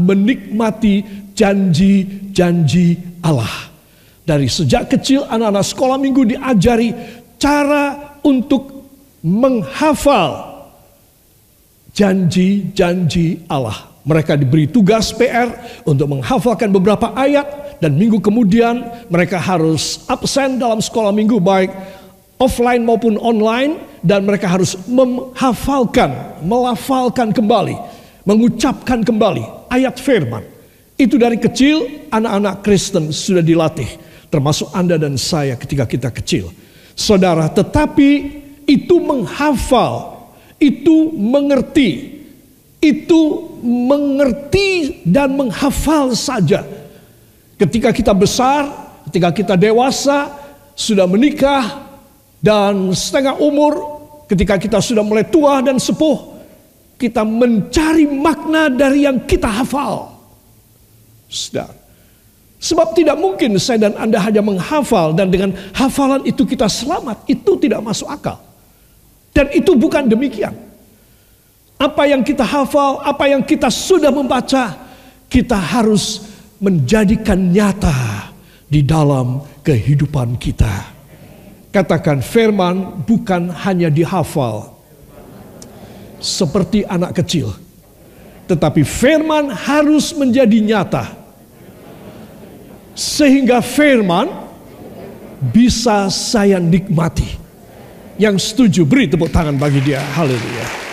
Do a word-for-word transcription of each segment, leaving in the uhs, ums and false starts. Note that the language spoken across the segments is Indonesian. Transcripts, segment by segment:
menikmati janji-janji Allah. Dari sejak kecil anak-anak sekolah minggu diajari cara untuk menghafal janji-janji Allah. Mereka diberi tugas P R untuk menghafalkan beberapa ayat, dan minggu kemudian mereka harus absen dalam sekolah minggu baik offline maupun online, dan mereka harus menghafalkan, melafalkan kembali, mengucapkan kembali ayat firman. Itu dari kecil anak-anak Kristen sudah dilatih, termasuk Anda dan saya ketika kita kecil. Saudara, tetapi itu menghafal, itu mengerti, itu mengerti dan menghafal saja. Ketika kita besar, ketika kita dewasa, sudah menikah dan setengah umur, ketika kita sudah mulai tua dan sepuh, kita mencari makna dari yang kita hafal. Saudara, sebab tidak mungkin saya dan Anda hanya menghafal dan dengan hafalan itu kita selamat. Itu tidak masuk akal. Dan itu bukan demikian. Apa yang kita hafal, apa yang kita sudah membaca, kita harus menjadikan nyata di dalam kehidupan kita. Katakan, firman bukan hanya dihafal seperti anak kecil, tetapi firman harus menjadi nyata. Sehingga firman bisa saya nikmati. Yang setuju beri tepuk tangan bagi dia. Haleluya.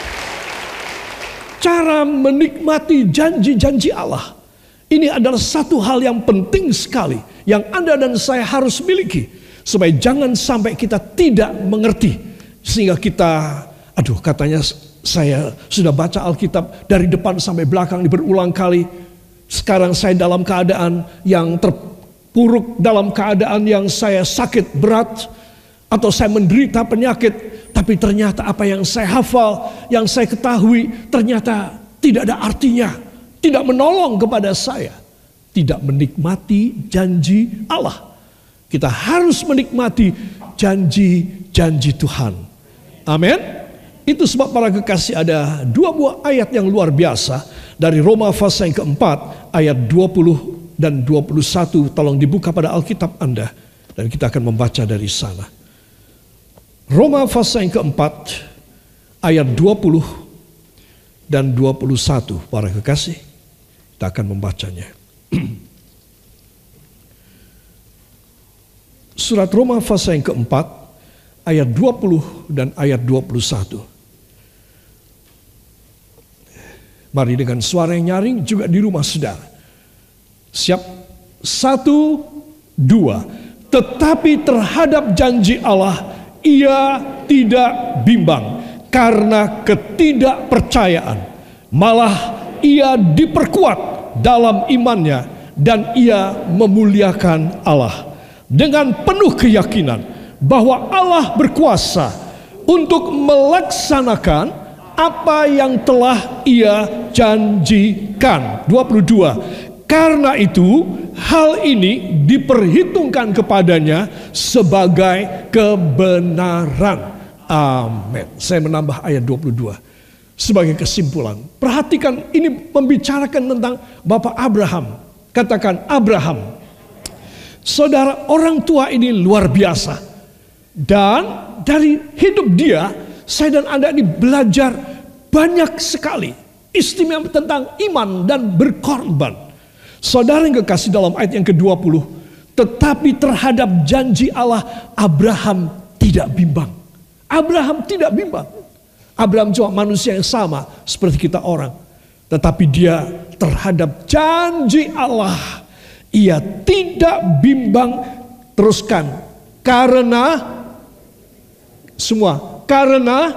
Cara menikmati janji-janji Allah, ini adalah satu hal yang penting sekali yang Anda dan saya harus miliki, supaya jangan sampai kita tidak mengerti, sehingga kita, aduh katanya saya sudah baca Alkitab dari depan sampai belakang berulang kali, sekarang saya dalam keadaan yang terpuruk, dalam keadaan yang saya sakit berat, atau saya menderita penyakit, tapi ternyata apa yang saya hafal, yang saya ketahui, ternyata tidak ada artinya, tidak menolong kepada saya, tidak menikmati janji Allah. Kita harus menikmati janji-janji Tuhan. Amin. Itu sebab para kekasih ada dua buah ayat yang luar biasa dari Roma pasal yang keempat ayat dua puluh dan dua puluh satu. Tolong dibuka pada Alkitab Anda dan kita akan membaca dari sana. Roma pasal yang keempat ayat dua puluh dan dua puluh satu, para kekasih, kita akan membacanya. Surat Roma pasal yang keempat ayat dua puluh dan ayat dua puluh satu. Mari dengan suara yang nyaring juga di rumah saudara. Siap? Satu, dua. Tetapi terhadap janji Allah ia tidak bimbang karena ketidakpercayaan. Malah ia diperkuat dalam imannya dan ia memuliakan Allah dengan penuh keyakinan bahwa Allah berkuasa untuk melaksanakan apa yang telah ia janjikan. dua puluh dua. Karena itu hal ini diperhitungkan kepadanya sebagai kebenaran. Amin. Saya menambah ayat dua puluh dua sebagai kesimpulan. Perhatikan, ini membicarakan tentang Bapak Abraham. Katakan Abraham. Saudara, orang tua ini luar biasa. Dan dari hidup dia, saya dan Anda ini belajar banyak sekali istimewa tentang iman dan berkorban. Saudara yang kekasih, dalam ayat yang ke dua puluh, tetapi terhadap janji Allah Abraham tidak bimbang. Abraham tidak bimbang. Abraham cuma manusia yang sama seperti kita orang, tetapi dia terhadap janji Allah ia tidak bimbang. Teruskan, karena semua karena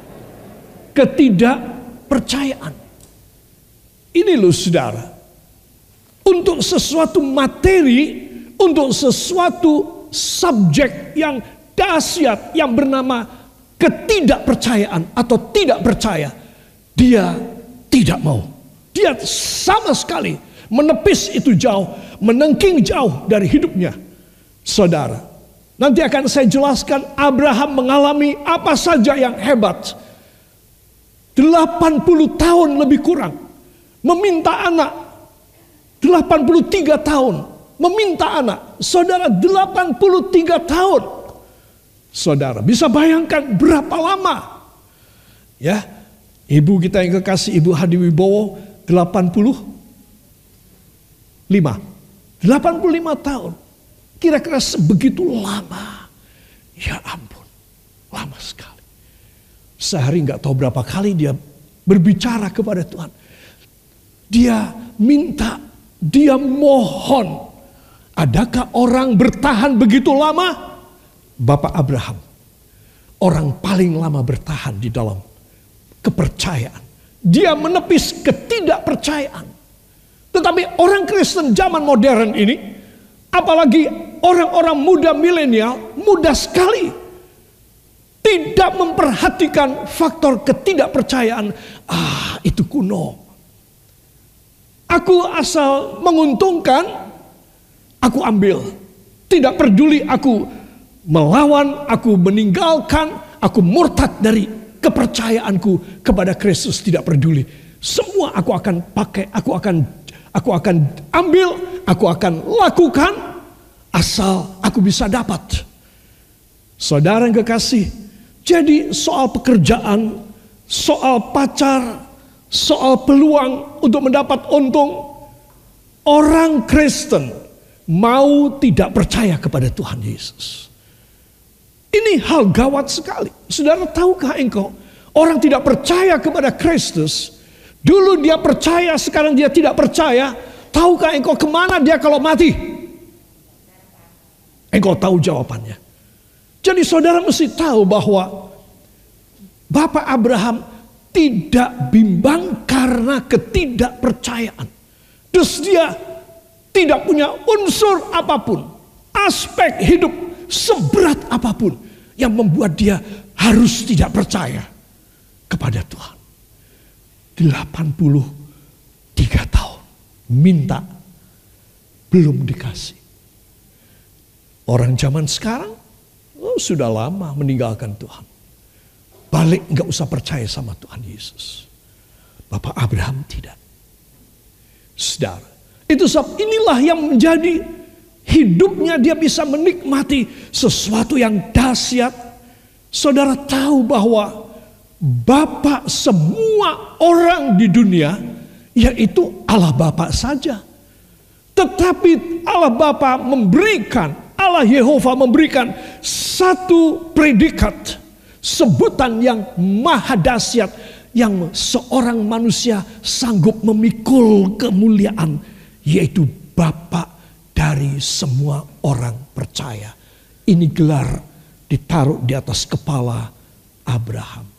ketidakpercayaan. Ini loh saudara, untuk sesuatu materi, untuk sesuatu subjek yang dahsyat yang bernama ketidakpercayaan atau tidak percaya, dia tidak mau. Dia sama sekali menepis itu jauh, menengking jauh dari hidupnya. Saudara, nanti akan saya jelaskan Abraham mengalami apa saja yang hebat. delapan puluh tahun lebih kurang meminta anak. delapan puluh tiga tahun meminta anak. Saudara, delapan puluh tiga tahun. Saudara, bisa bayangkan berapa lama? Ya, ibu kita yang kekasih, Ibu Hadi Wibowo, delapan puluh lima. delapan puluh lima tahun. Kira-kira sebegitu lama. Ya ampun, lama sekali. Sehari nggak tahu berapa kali dia berbicara kepada Tuhan. Dia minta, dia mohon. Adakah orang bertahan begitu lama? Bapak Abraham, orang paling lama bertahan di dalam kepercayaan. Dia menepis ketidakpercayaan. Tetapi orang Kristen zaman modern ini, apalagi orang-orang muda milenial, mudah sekali tidak memperhatikan faktor ketidakpercayaan. Ah, itu kuno. Aku asal menguntungkan, aku ambil. Tidak peduli aku melawan, aku meninggalkan, aku murtad dari kepercayaanku kepada Kristus, tidak peduli. Semua aku akan pakai, aku akan aku akan ambil, aku akan lakukan asal aku bisa dapat. Saudara yang kekasih, jadi soal pekerjaan, soal pacar, soal peluang untuk mendapat untung, orang Kristen mau tidak percaya kepada Tuhan Yesus. Ini hal gawat sekali. Saudara, tahukah engkau, orang tidak percaya kepada Kristus, dulu dia percaya, sekarang dia tidak percaya. Tahukah engkau kemana dia kalau mati? Engkau tahu jawabannya. Jadi saudara mesti tahu bahwa Bapak Abraham tidak bimbang karena ketidakpercayaan. Terus dia tidak punya unsur apapun, aspek hidup seberat apapun yang membuat dia harus tidak percaya kepada Tuhan. delapan puluh tiga tahun minta, belum dikasih. Orang zaman sekarang oh, sudah lama meninggalkan Tuhan. Balik, nggak usah percaya sama Tuhan Yesus. Bapak Abraham tidak. Saudara, itu sebab inilah yang menjadi hidupnya, dia bisa menikmati sesuatu yang dahsyat. Saudara tahu bahwa Bapa semua orang di dunia yaitu Allah Bapa saja. Tetapi Allah Bapa memberikan, Allah Yehova memberikan satu predikat, sebutan yang maha dahsyat, yang seorang manusia sanggup memikul kemuliaan, yaitu Bapa dari semua orang percaya. Ini gelar ditaruh di atas kepala Abraham.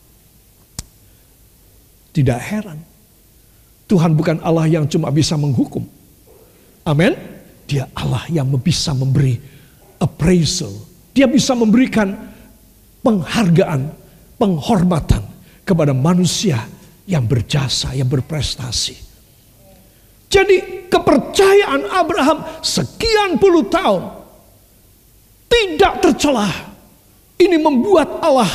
Tidak heran, Tuhan bukan Allah yang cuma bisa menghukum. Amin. Dia Allah yang bisa memberi appraisal. Dia bisa memberikan penghargaan, penghormatan kepada manusia yang berjasa, yang berprestasi. Jadi kepercayaan Abraham sekian puluh tahun tidak tercelah. Ini membuat Allah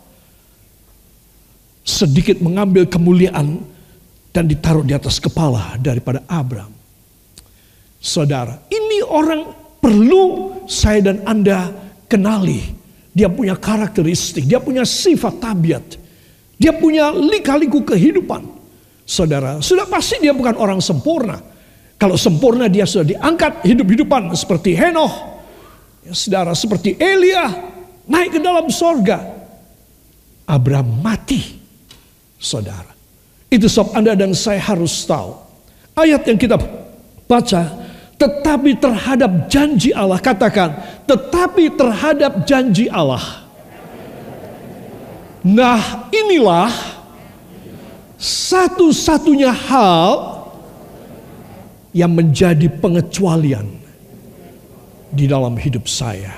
sedikit mengambil kemuliaan dan ditaruh di atas kepala daripada Abraham. Saudara, ini orang perlu saya dan Anda kenali. Dia punya karakteristik, dia punya sifat tabiat, dia punya lika-liku kehidupan. Saudara, sudah pasti dia bukan orang sempurna. Kalau sempurna dia sudah diangkat hidup-hidupan seperti Henoh, ya, saudara, seperti Elia naik ke dalam sorga. Abraham mati. Saudara, itu sebab Anda dan saya harus tahu ayat yang kita baca, tetapi terhadap janji Allah, katakan, tetapi terhadap janji Allah. Nah, inilah satu-satunya hal yang menjadi pengecualian di dalam hidup saya.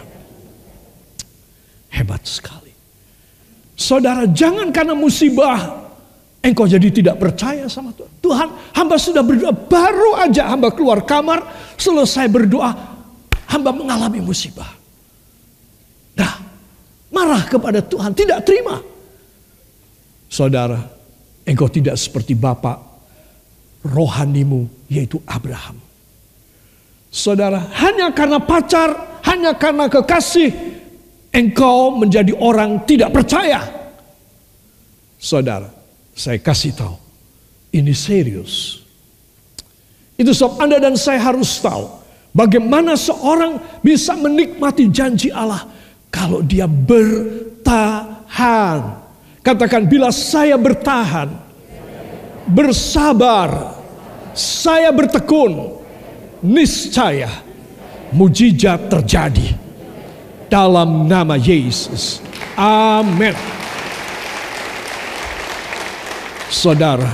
Hebat sekali. Saudara, jangan karena musibah engkau jadi tidak percaya sama Tuhan. Tuhan, hamba sudah berdoa, baru aja hamba keluar kamar, selesai berdoa, hamba mengalami musibah. Nah, marah kepada Tuhan, tidak terima. Saudara, engkau tidak seperti bapak rohanimu, yaitu Abraham. Saudara, hanya karena pacar, hanya karena kekasih, engkau menjadi orang tidak percaya. Saudara, saya kasih tahu, ini serius. Itu sebab Anda dan saya harus tahu bagaimana seorang bisa menikmati janji Allah kalau dia bertahan. Katakan, bila saya bertahan, bersabar, saya bertekun, niscaya mujizat terjadi dalam nama Yesus. Amin. Saudara,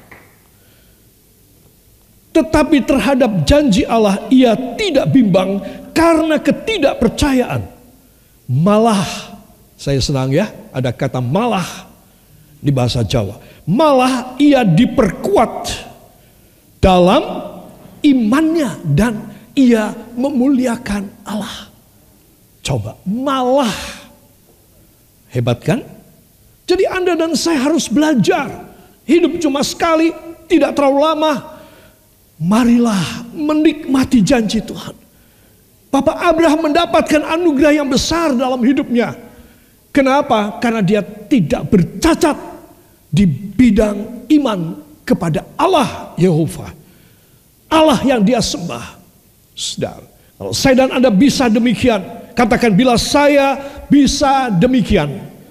tetapi terhadap janji Allah ia tidak bimbang karena ketidakpercayaan. Malah, saya senang ya, ada kata malah di bahasa Jawa. Malah ia diperkuat dalam imannya dan ia memuliakan Allah. Coba, malah. Hebat kan? Jadi Anda dan saya harus belajar. Hidup cuma sekali, tidak terlalu lama. Marilah menikmati janji Tuhan. Bapak Abraham mendapatkan anugerah yang besar dalam hidupnya. Kenapa? Karena dia tidak bercacat di bidang iman kepada Allah Yehova. Allah yang dia sembah. Saudara, kalau saya dan Anda bisa demikian, katakan, bila saya bisa demikian,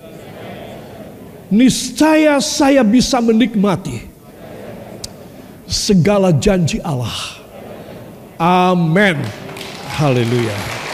niscaya saya bisa menikmati segala janji Allah. Amin. Haleluya.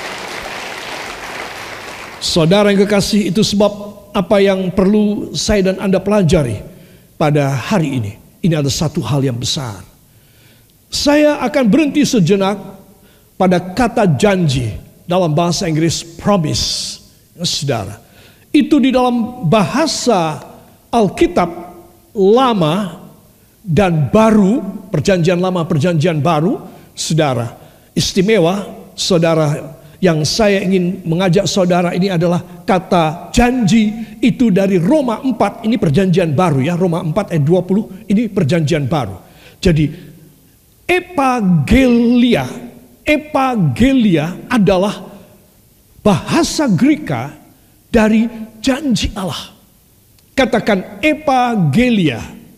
Saudara yang kekasih, itu sebab apa yang perlu saya dan Anda pelajari pada hari ini. Ini ada satu hal yang besar. Saya akan berhenti sejenak pada kata janji dalam bahasa Inggris promise. Saudara, itu di dalam bahasa Alkitab lama dan baru, perjanjian lama, perjanjian baru, saudara, istimewa. Saudara, yang saya ingin mengajak saudara ini adalah kata janji itu dari Roma empat, ini perjanjian baru ya, Roma empat ayat dua puluh, ini perjanjian baru. Jadi epagelia, epagelia adalah bahasa Greka dari janji Allah. Katakan epagelia.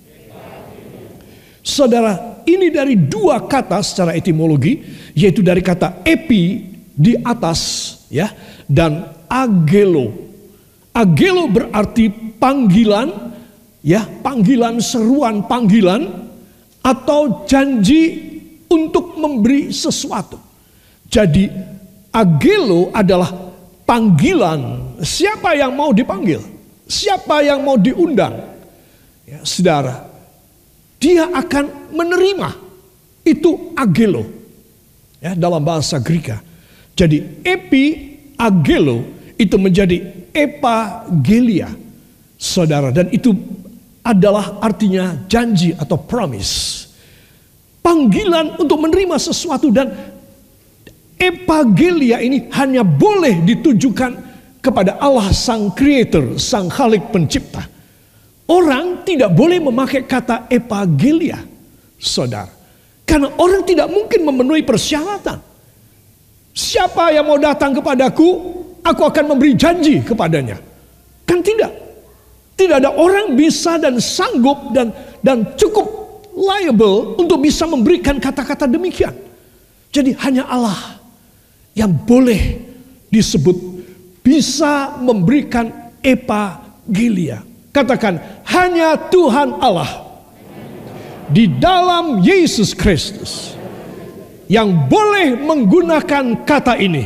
Saudara, ini dari dua kata secara etimologi, yaitu dari kata epi, di atas, ya, dan agelo. Agelo berarti panggilan, ya, panggilan, seruan panggilan, atau janji untuk memberi sesuatu. Jadi agelo adalah panggilan. Siapa yang mau dipanggil? Siapa yang mau diundang? Ya, saudara, dia akan menerima. Itu agelo, ya, dalam bahasa Greka. Jadi epi agelo itu menjadi epagelia, saudara, dan itu adalah artinya janji atau promise, panggilan untuk menerima sesuatu. Dan epagelia ini hanya boleh ditujukan kepada Allah sang Creator, sang Khalik pencipta. Orang tidak boleh memakai kata epagelia, saudara, karena orang tidak mungkin memenuhi persyaratan. Siapa yang mau datang kepadaku, aku akan memberi janji kepadanya. Kan tidak. Tidak ada orang bisa dan sanggup dan dan cukup liable untuk bisa memberikan kata-kata demikian. Jadi hanya Allah yang boleh disebut bisa memberikan epagelia. Katakan, hanya Tuhan Allah di dalam Yesus Kristus yang boleh menggunakan kata ini,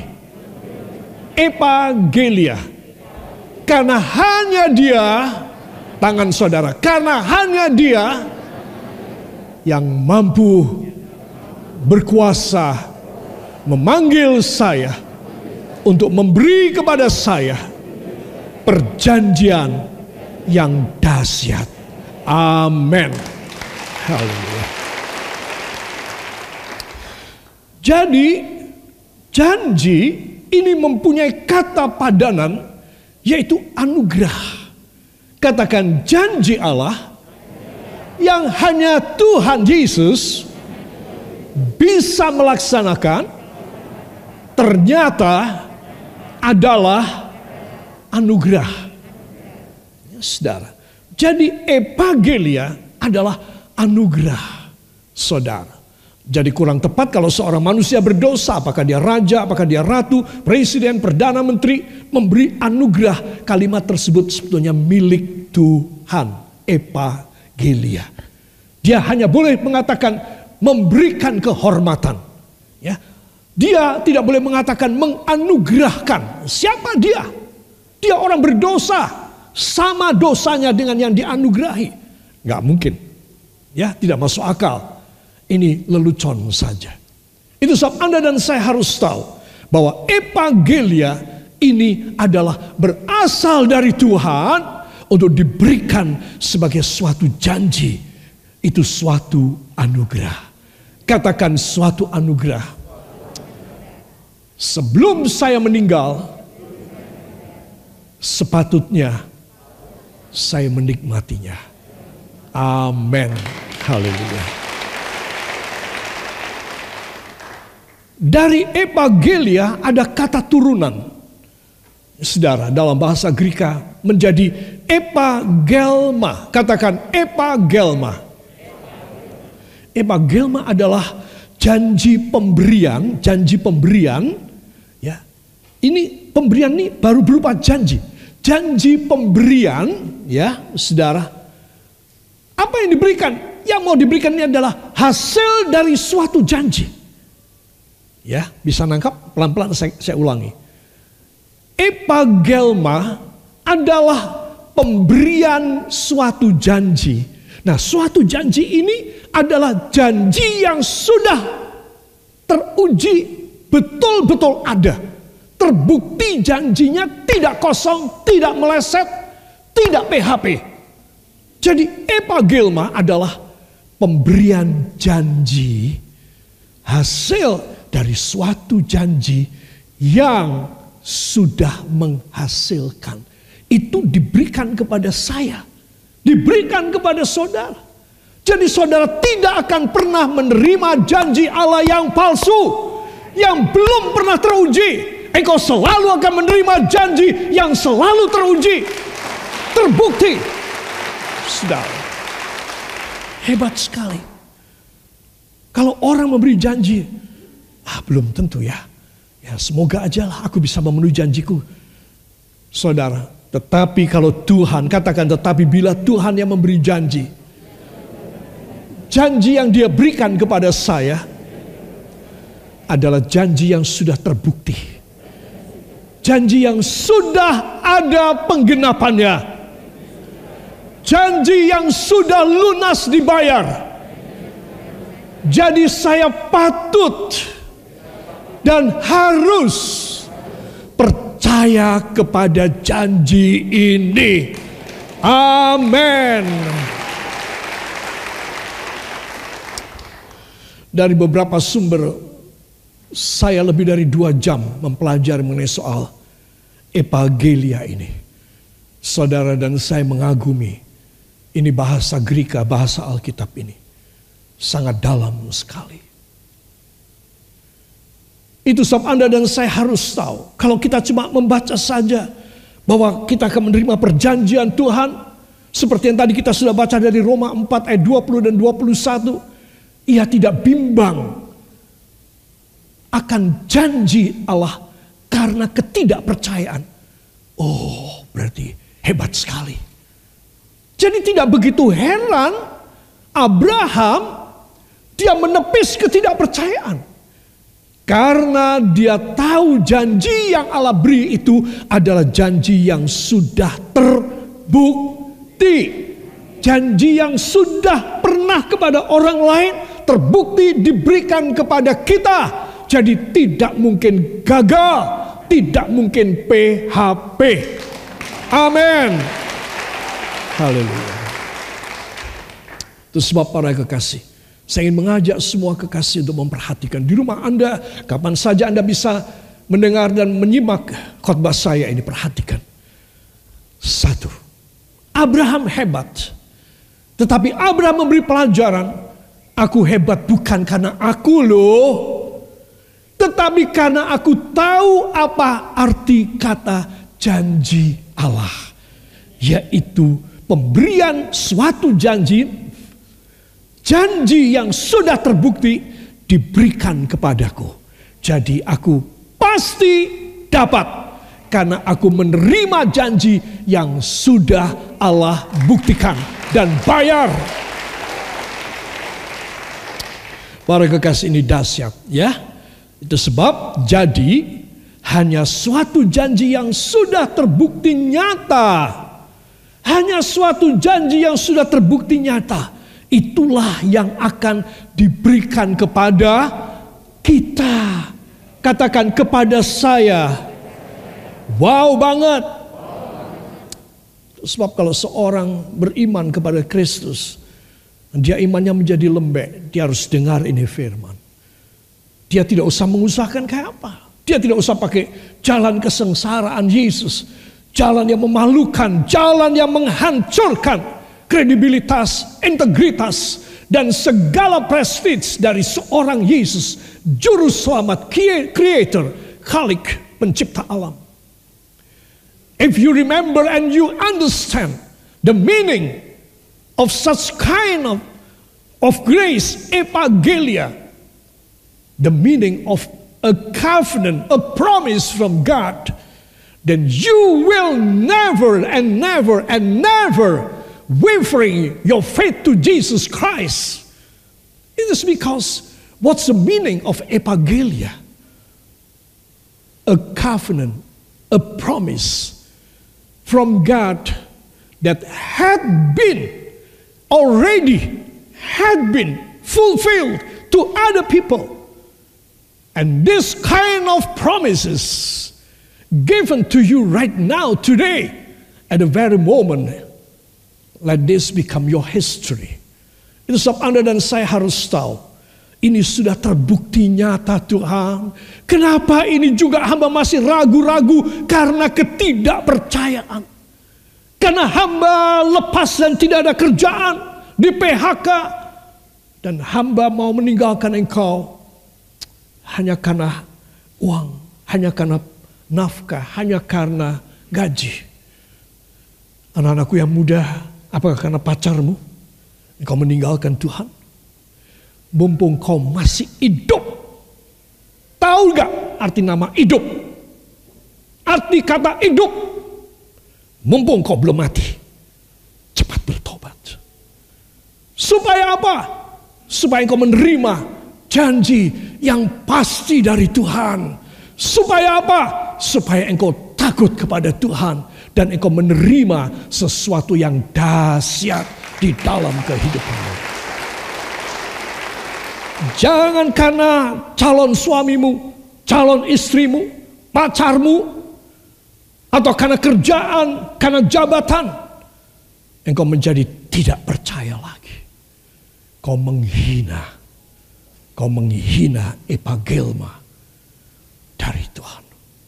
epagelia. Karena hanya Dia, tangan saudara, karena hanya Dia yang mampu berkuasa memanggil saya untuk memberi kepada saya perjanjian yang dahsyat. Amin. Haleluya. Jadi janji ini mempunyai kata padanan, yaitu anugerah. Katakan, janji Allah yang hanya Tuhan Yesus bisa melaksanakan ternyata adalah anugerah. Ya, saudara. Jadi evangelia adalah anugerah, saudara. Jadi kurang tepat kalau seorang manusia berdosa, apakah dia raja, apakah dia ratu, presiden, perdana menteri, memberi anugerah. Kalimat tersebut sebetulnya milik Tuhan, evangelia. Dia hanya boleh mengatakan memberikan kehormatan. Ya, dia tidak boleh mengatakan menganugerahkan. Siapa dia? Dia orang berdosa. Sama dosanya dengan yang dianugerahi. Gak mungkin. Ya, tidak masuk akal. Ini lelucon saja. Itu sebab Anda dan saya harus tahu bahwa evangelia ini adalah berasal dari Tuhan untuk diberikan sebagai suatu janji. Itu suatu anugerah. Katakan suatu anugerah. Sebelum saya meninggal, sepatutnya saya menikmatinya. Amin. Haleluya. Dari evangelia ada kata turunan. Saudara, dalam bahasa Greka menjadi epagelma. Katakan epagelma. Epagelma adalah janji pemberian, janji pemberian. Ya, ini pemberian ini baru berupa janji. Janji pemberian, ya saudara. Apa yang diberikan? Yang mau diberikan ini adalah hasil dari suatu janji. Ya, bisa nangkap? Pelan-pelan saya, saya ulangi. Epagelma adalah pemberian suatu janji. Nah, suatu janji ini adalah janji yang sudah teruji, betul-betul ada. Terbukti janjinya tidak kosong, tidak meleset, tidak P H P. Jadi epagelma adalah pemberian janji, hasil dari suatu janji yang sudah menghasilkan. Itu diberikan kepada saya, diberikan kepada saudara. Jadi saudara tidak akan pernah menerima janji Allah yang palsu, yang belum pernah teruji. Engkau selalu akan menerima janji yang selalu teruji, terbukti. Saudara, hebat sekali. Kalau orang memberi janji, ah belum tentu ya. Ya semoga aja lah aku bisa memenuhi janjiku. Saudara, tetapi kalau Tuhan, katakan tetapi bila Tuhan yang memberi janji, janji yang dia berikan kepada saya adalah janji yang sudah terbukti. Janji yang sudah ada penggenapannya. Janji yang sudah lunas dibayar. Jadi saya patut dan harus percaya kepada janji ini. Amin. Dari beberapa sumber, saya lebih dari dua jam mempelajari mengenai soal evangelia ini. Saudara dan saya mengagumi. Ini bahasa Greka, bahasa Alkitab ini. Sangat dalam sekali. Itu sebab Anda dan saya harus tahu. Kalau kita cuma membaca saja bahwa kita akan menerima perjanjian Tuhan. Seperti yang tadi kita sudah baca dari Roma empat ayat dua puluh dan dua puluh satu. Ia tidak bimbang akan janji Allah karena ketidakpercayaan. Oh, berarti hebat sekali. Jadi tidak begitu heran Abraham dia menepis ketidakpercayaan. Karena dia tahu janji yang Allah beri itu adalah janji yang sudah terbukti. Janji yang sudah pernah kepada orang lain terbukti diberikan kepada kita. Jadi tidak mungkin gagal, tidak mungkin P H P. Amin. Haleluya. Itu sebab para kekasih, saya ingin mengajak semua kekasih untuk memperhatikan di rumah Anda, kapan saja Anda bisa mendengar dan menyimak khotbah saya ini, perhatikan. Satu, Abraham hebat. Tetapi Abraham memberi pelajaran, aku hebat bukan karena aku loh, tetapi karena aku tahu apa arti kata janji Allah. Yaitu pemberian suatu janji, janji yang sudah terbukti diberikan kepadaku. Jadi aku pasti dapat karena aku menerima janji yang sudah Allah buktikan dan bayar. Para kekasih, ini dahsyat ya. Itu sebab jadi hanya suatu janji yang sudah terbukti nyata. Hanya suatu janji yang sudah terbukti nyata. Itulah yang akan diberikan kepada kita. Katakan, kepada saya. Wow banget. Sebab kalau seorang beriman kepada Kristus, dia imannya menjadi lembek, dia harus dengar ini firman. Dia tidak usah mengusahakan kayak apa. Dia tidak usah pakai jalan kesengsaraan Yesus. Jalan yang memalukan, jalan yang menghancurkan kredibilitas, integritas, dan segala prestige dari seorang Yesus, Juru Selamat, Creator, Khalik, Pencipta alam. If you remember and you understand the meaning of such kind of, of grace, evangelia, the meaning of a covenant, a promise from God, then you will never and never and never wavering your faith to Jesus Christ. It is because what's the meaning of evangelia? A covenant, a promise from God that had been already had been fulfilled to other people. And this kind of promises given to you right now, today, at the very moment, let this become your history. Itu sebab Anda dan saya harus tahu, ini sudah terbukti nyata Tuhan. Kenapa ini juga hamba masih ragu-ragu? Karena ketidakpercayaan. Karena hamba lepas dan tidak ada kerjaan, di P H K, dan hamba mau meninggalkan engkau hanya karena uang, hanya karena nafkah, hanya karena gaji. Anak-anakku yang muda, apakah karena pacarmu engkau meninggalkan Tuhan? Mumpung kau masih hidup. Tahu gak arti nama hidup? Arti kata hidup. Mumpung kau belum mati, cepat bertobat. Supaya apa? Supaya engkau menerima janji yang pasti dari Tuhan. Supaya apa? Supaya engkau takut kepada Tuhan dan engkau menerima sesuatu yang dahsyat di dalam kehidupanmu. Jangan karena calon suamimu, calon istrimu, pacarmu, atau karena kerjaan, karena jabatan, engkau menjadi tidak percaya lagi. Kau menghina, kau menghina evangelma dari Tuhan.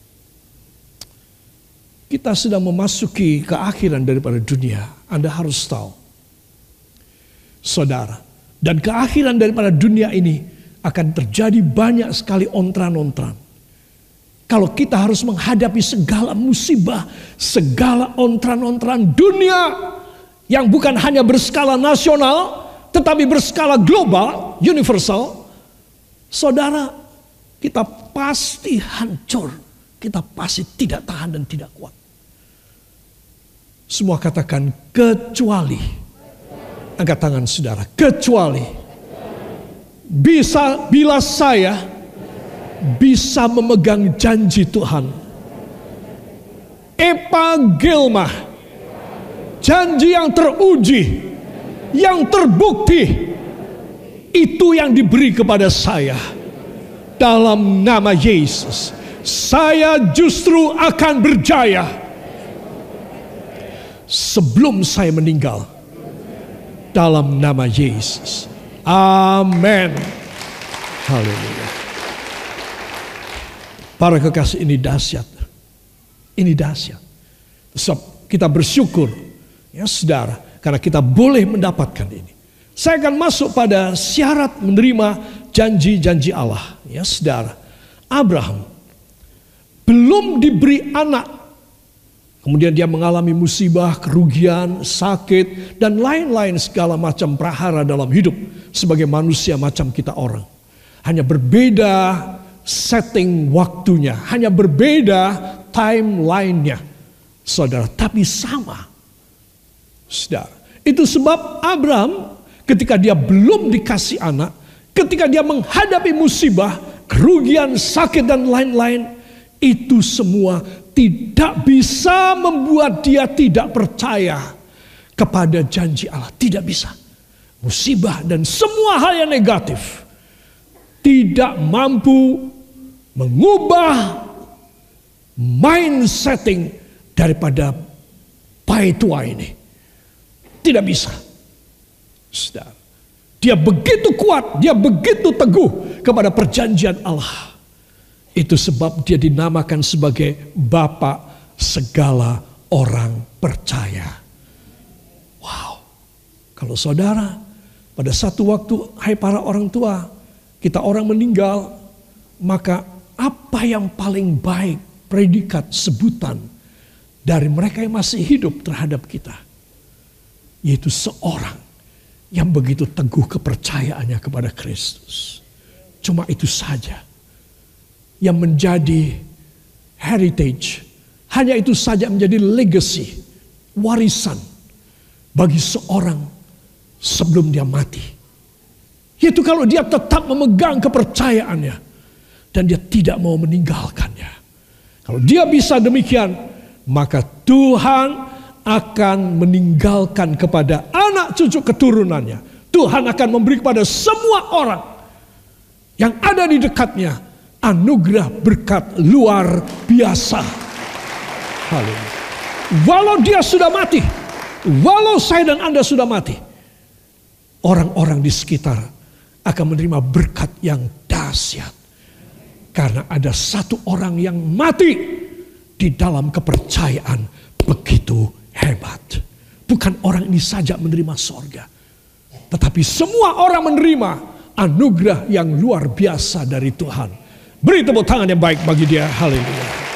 Kita sedang memasuki keakhiran daripada dunia. Anda harus tahu, saudara, dan keakhiran daripada dunia ini akan terjadi banyak sekali ontran-ontran. Kalau kita harus menghadapi segala musibah, segala ontran-ontran dunia yang bukan hanya berskala nasional, tetapi berskala global, universal, saudara, kita pasti hancur. Kita pasti tidak tahan dan tidak kuat. Semua katakan kecuali. Angkat tangan saudara, kecuali. Bisa bila saya bisa memegang janji Tuhan. Evangelma, janji yang teruji, yang terbukti, itu yang diberi kepada saya. Dalam nama Yesus, saya justru akan berjaya sebelum saya meninggal. Dalam nama Yesus. Amin. Haleluya. Para kekasih, ini dahsyat. Ini dahsyat. Sebab kita bersyukur, ya saudara, karena kita boleh mendapatkan ini. Saya akan masuk pada syarat menerima janji-janji Allah. Ya saudara, Abraham belum diberi anak, kemudian dia mengalami musibah, kerugian, sakit, dan lain-lain segala macam prahara dalam hidup sebagai manusia macam kita orang. Hanya berbeda setting waktunya, hanya berbeda timeline-nya, saudara, tapi sama. Saudara, itu sebab Abraham ketika dia belum dikasih anak, ketika dia menghadapi musibah, kerugian, sakit, dan lain-lain, itu semua tidak bisa membuat dia tidak percaya kepada janji Allah. Tidak bisa. Musibah dan semua hal yang negatif tidak mampu mengubah mindsetting daripada pai tua ini. Tidak bisa. Saudara, dia begitu kuat, dia begitu teguh kepada perjanjian Allah. Itu sebab dia dinamakan sebagai Bapa segala orang percaya. Wow. Kalau saudara, pada satu waktu, hai para orang tua, kita orang meninggal, maka apa yang paling baik predikat sebutan dari mereka yang masih hidup terhadap kita? Yaitu seorang yang begitu teguh kepercayaannya kepada Kristus. Cuma itu saja yang menjadi heritage. Hanya itu saja menjadi legacy, warisan bagi seorang sebelum dia mati. Yaitu kalau dia tetap memegang kepercayaannya dan dia tidak mau meninggalkannya. Kalau dia bisa demikian, maka Tuhan akan meninggalkan kepada anak cucu keturunannya. Tuhan akan memberi kepada semua orang yang ada di dekatnya anugerah berkat luar biasa. Haleluya. Walau dia sudah mati, walau saya dan Anda sudah mati, orang-orang di sekitar akan menerima berkat yang dahsyat. Karena ada satu orang yang mati di dalam kepercayaan begitu hebat. Bukan orang ini saja menerima sorga, tetapi semua orang menerima anugerah yang luar biasa dari Tuhan. Beri tepuk tangan yang baik bagi dia. Haleluya.